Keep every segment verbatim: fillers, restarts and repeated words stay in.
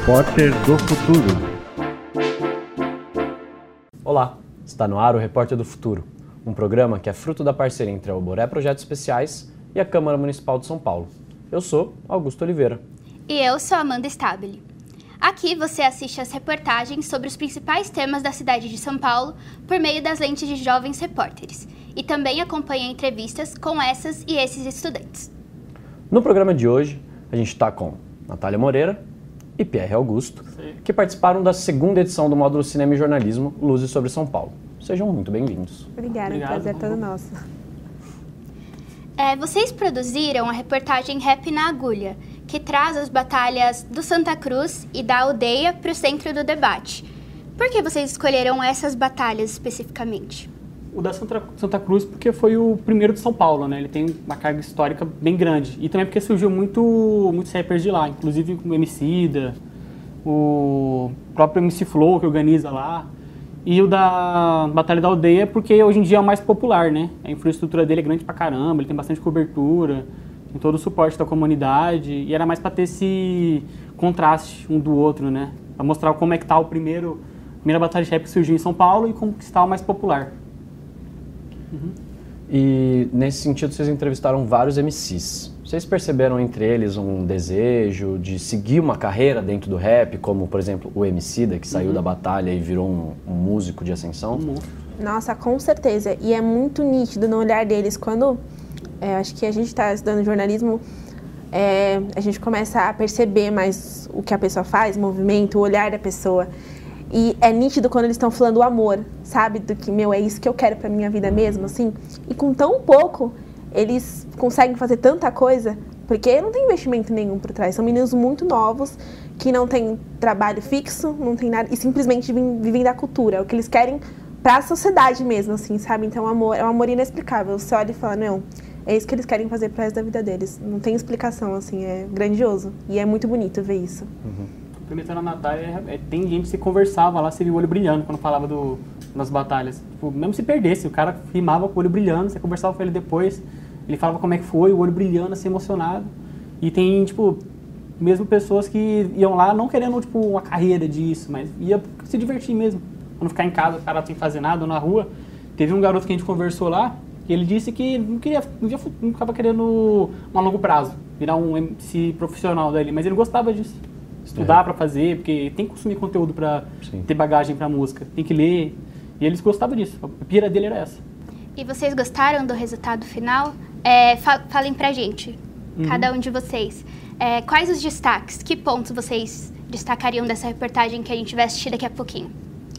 Repórter do Futuro. Olá, está no ar o Repórter do Futuro, um programa que é fruto da parceria entre a Oboré Projetos Especiais e a Câmara Municipal de São Paulo. Eu sou Augusto Oliveira. E eu sou Amanda Stabile. Aqui você assiste as reportagens sobre os principais temas da cidade de São Paulo por meio das lentes de jovens repórteres e também acompanha entrevistas com essas e esses estudantes. No programa de hoje, a gente está com Natália Moreira e Pierre Augusto, Sim. que participaram da segunda edição do módulo Cinema e Jornalismo Luzes sobre São Paulo. Sejam muito bem-vindos. Obrigada, o prazer é todo nosso. É, vocês produziram a reportagem Rap na Agulha, que traz as batalhas do Santa Cruz e da aldeia para o centro do debate. Por que vocês escolheram essas batalhas especificamente? O da Santa, Santa Cruz porque foi o primeiro de São Paulo, né? Ele tem uma carga histórica bem grande. E também porque surgiu muito, muitos rappers de lá, inclusive o Emicida, o próprio M C Flow que organiza lá. E o da Batalha da Aldeia porque hoje em dia é o mais popular, né? A infraestrutura dele é grande pra caramba, ele tem bastante cobertura, tem todo o suporte da comunidade. E era mais pra ter esse contraste um do outro, né? Pra mostrar como é que tá o primeiro, a primeira batalha de rap que surgiu em São Paulo e como que está o mais popular. Uhum. E nesse sentido vocês entrevistaram vários M Cs. Vocês perceberam entre eles um desejo de seguir uma carreira dentro do rap, como por exemplo o Emicida, que saiu uhum. da batalha e virou um, um músico de ascensão? Uhum. Nossa, com certeza. E é muito nítido no olhar deles. Quando é, acho que a gente está estudando jornalismo, é, a gente começa a perceber mais o que a pessoa faz, o movimento, o olhar da pessoa. E é nítido quando eles estão falando o amor, sabe? Do que, meu, é isso que eu quero pra minha vida mesmo, assim. E com tão pouco, eles conseguem fazer tanta coisa, porque não tem investimento nenhum por trás. São meninos muito novos, que não têm trabalho fixo, não tem nada, e simplesmente vivem, vivem da cultura. É o que eles querem pra sociedade mesmo, assim, sabe? Então, o amor, é um amor inexplicável. Você olha e fala, não, é isso que eles querem fazer pro resto da vida deles. Não tem explicação, assim, é grandioso. E é muito bonito ver isso. Uhum. Primeiro na Natália, é, tem gente que se conversava lá, você via o olho brilhando quando falava do, das batalhas. Tipo, mesmo se perdesse, o cara rimava com o olho brilhando, você conversava com ele depois, ele falava como é que foi, o olho brilhando, assim, emocionado. E tem, tipo, mesmo pessoas que iam lá não querendo, tipo, uma carreira disso, mas ia se divertir mesmo. Quando ficar em casa, o cara sem fazer nada, ou na rua. Teve um garoto que a gente conversou lá, e ele disse que não queria, não, ia, não ficava querendo um a longo prazo, virar um M C profissional dele, mas ele gostava disso. Estudar é. para fazer, porque tem que consumir conteúdo para ter bagagem para música, tem que ler, e eles gostavam disso, a pira dele era essa. E vocês gostaram do resultado final? É, fa- falem pra gente, uhum. cada um de vocês, é, quais os destaques, que pontos vocês destacariam dessa reportagem que a gente vai assistir daqui a pouquinho?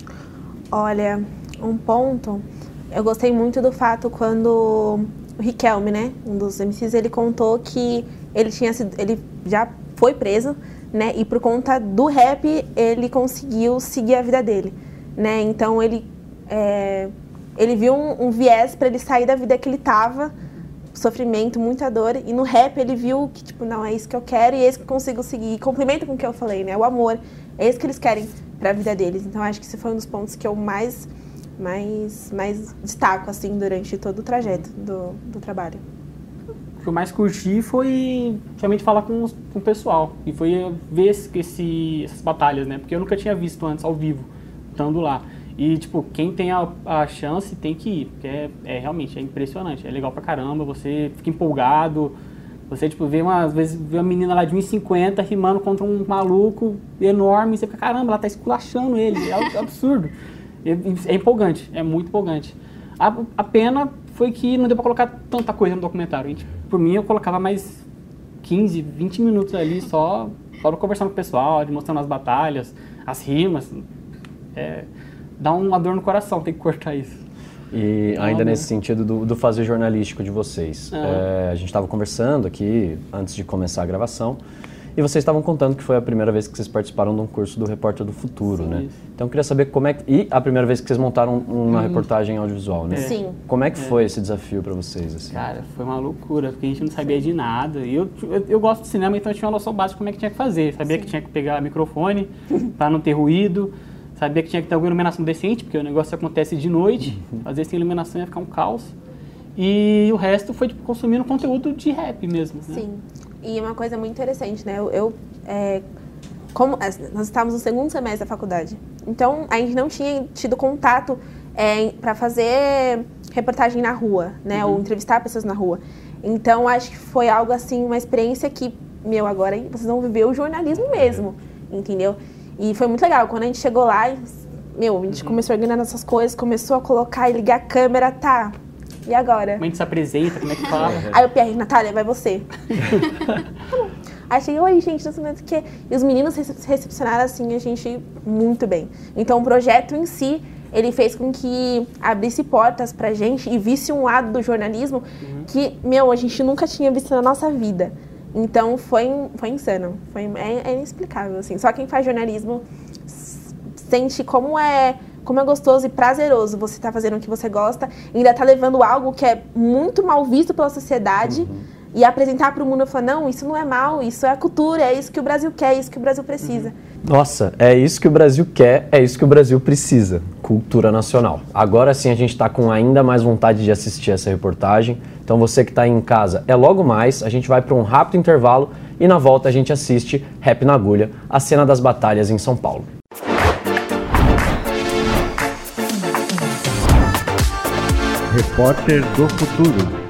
Olha, um ponto, eu gostei muito do fato quando o Riquelme, né, um dos M Cs, ele contou que ele, tinha sido, ele já foi preso, né? E por conta do rap, ele conseguiu seguir a vida dele, né? Então, ele, é, ele viu um, um viés para ele sair da vida que ele tava, sofrimento, muita dor, e no rap ele viu que, tipo, não, é isso que eu quero e é isso que eu consigo seguir. E complementa com o que eu falei, né? O amor, é isso que eles querem para a vida deles. Então, acho que esse foi um dos pontos que eu mais, mais, mais destaco, assim, durante todo o trajeto do, do trabalho. O que eu mais curti foi realmente falar com, com o pessoal e foi ver esse, esse, essas batalhas, né? Porque eu nunca tinha visto antes ao vivo, estando lá. E, tipo, quem tem a, a chance tem que ir, porque é, é realmente, é impressionante, é legal pra caramba, você fica empolgado, você, tipo, vê uma, às vezes vê uma menina lá de um e cinquenta rimando contra um maluco enorme, e você fica, caramba, ela tá esculachando ele, é absurdo. É, é empolgante, é muito empolgante. A, a pena foi que não deu pra colocar tanta coisa no documentário. A gente, por mim, eu colocava mais quinze, vinte minutos ali só, só conversando com o pessoal, mostrando as batalhas, as rimas. É, dá uma dor no coração, tem que cortar isso. E ainda nesse sentido do, do fazer jornalístico de vocês, é. É, a gente estava conversando aqui antes de começar a gravação, e vocês estavam contando que foi a primeira vez que vocês participaram de um curso do Repórter do Futuro, Sim, né? isso. Então eu queria saber como é que... E a primeira vez que vocês montaram uma hum. reportagem audiovisual, né? Sim. Como é que é. foi esse desafio para vocês, assim? Cara, foi uma loucura, porque a gente não sabia de nada. E eu, eu, eu gosto de cinema, então eu tinha uma noção básica de como é que tinha que fazer. Sabia Sim. que tinha que pegar microfone para não ter ruído. Sabia que tinha que ter alguma iluminação decente, porque o negócio acontece de noite. Às vezes sem iluminação ia ficar um caos. E o resto foi tipo, consumindo conteúdo de rap mesmo. Né? Sim. E uma coisa muito interessante, né? Eu, eu é, como nós estávamos no segundo semestre da faculdade. Então, a gente não tinha tido contato é, para fazer reportagem na rua, né? Uhum. Ou entrevistar pessoas na rua. Então, acho que foi algo assim, uma experiência que, meu, agora vocês vão viver o jornalismo mesmo, entendeu? E foi muito legal. Quando a gente chegou lá, meu, a gente uhum. começou a organizar nossas coisas, começou a colocar e ligar a câmera, tá... E agora? Como a gente se apresenta, como é que fala? Aí o Pierre, Natália, vai você. Aí cheguei, oi, gente, não sei o que. E os meninos recepcionaram, assim, a gente muito bem. Então, o projeto em si, ele fez com que abrisse portas pra gente e visse um lado do jornalismo uhum. que, meu, a gente nunca tinha visto na nossa vida. Então, foi, foi insano. Foi, é, é inexplicável, assim. Só quem faz jornalismo sente como é... Como é gostoso e prazeroso você estar tá fazendo o que você gosta e ainda tá levando algo que é muito mal visto pela sociedade uhum. e apresentar para o mundo e falar, não, isso não é mal, isso é a cultura, é isso que o Brasil quer, é isso que o Brasil precisa. Uhum. Nossa, é isso que o Brasil quer, é isso que o Brasil precisa, cultura nacional. Agora sim a gente está com ainda mais vontade de assistir essa reportagem, então você que está aí em casa, é logo mais, a gente vai para um rápido intervalo e na volta a gente assiste Rap na Agulha, a cena das batalhas em São Paulo. Repórter do Futuro.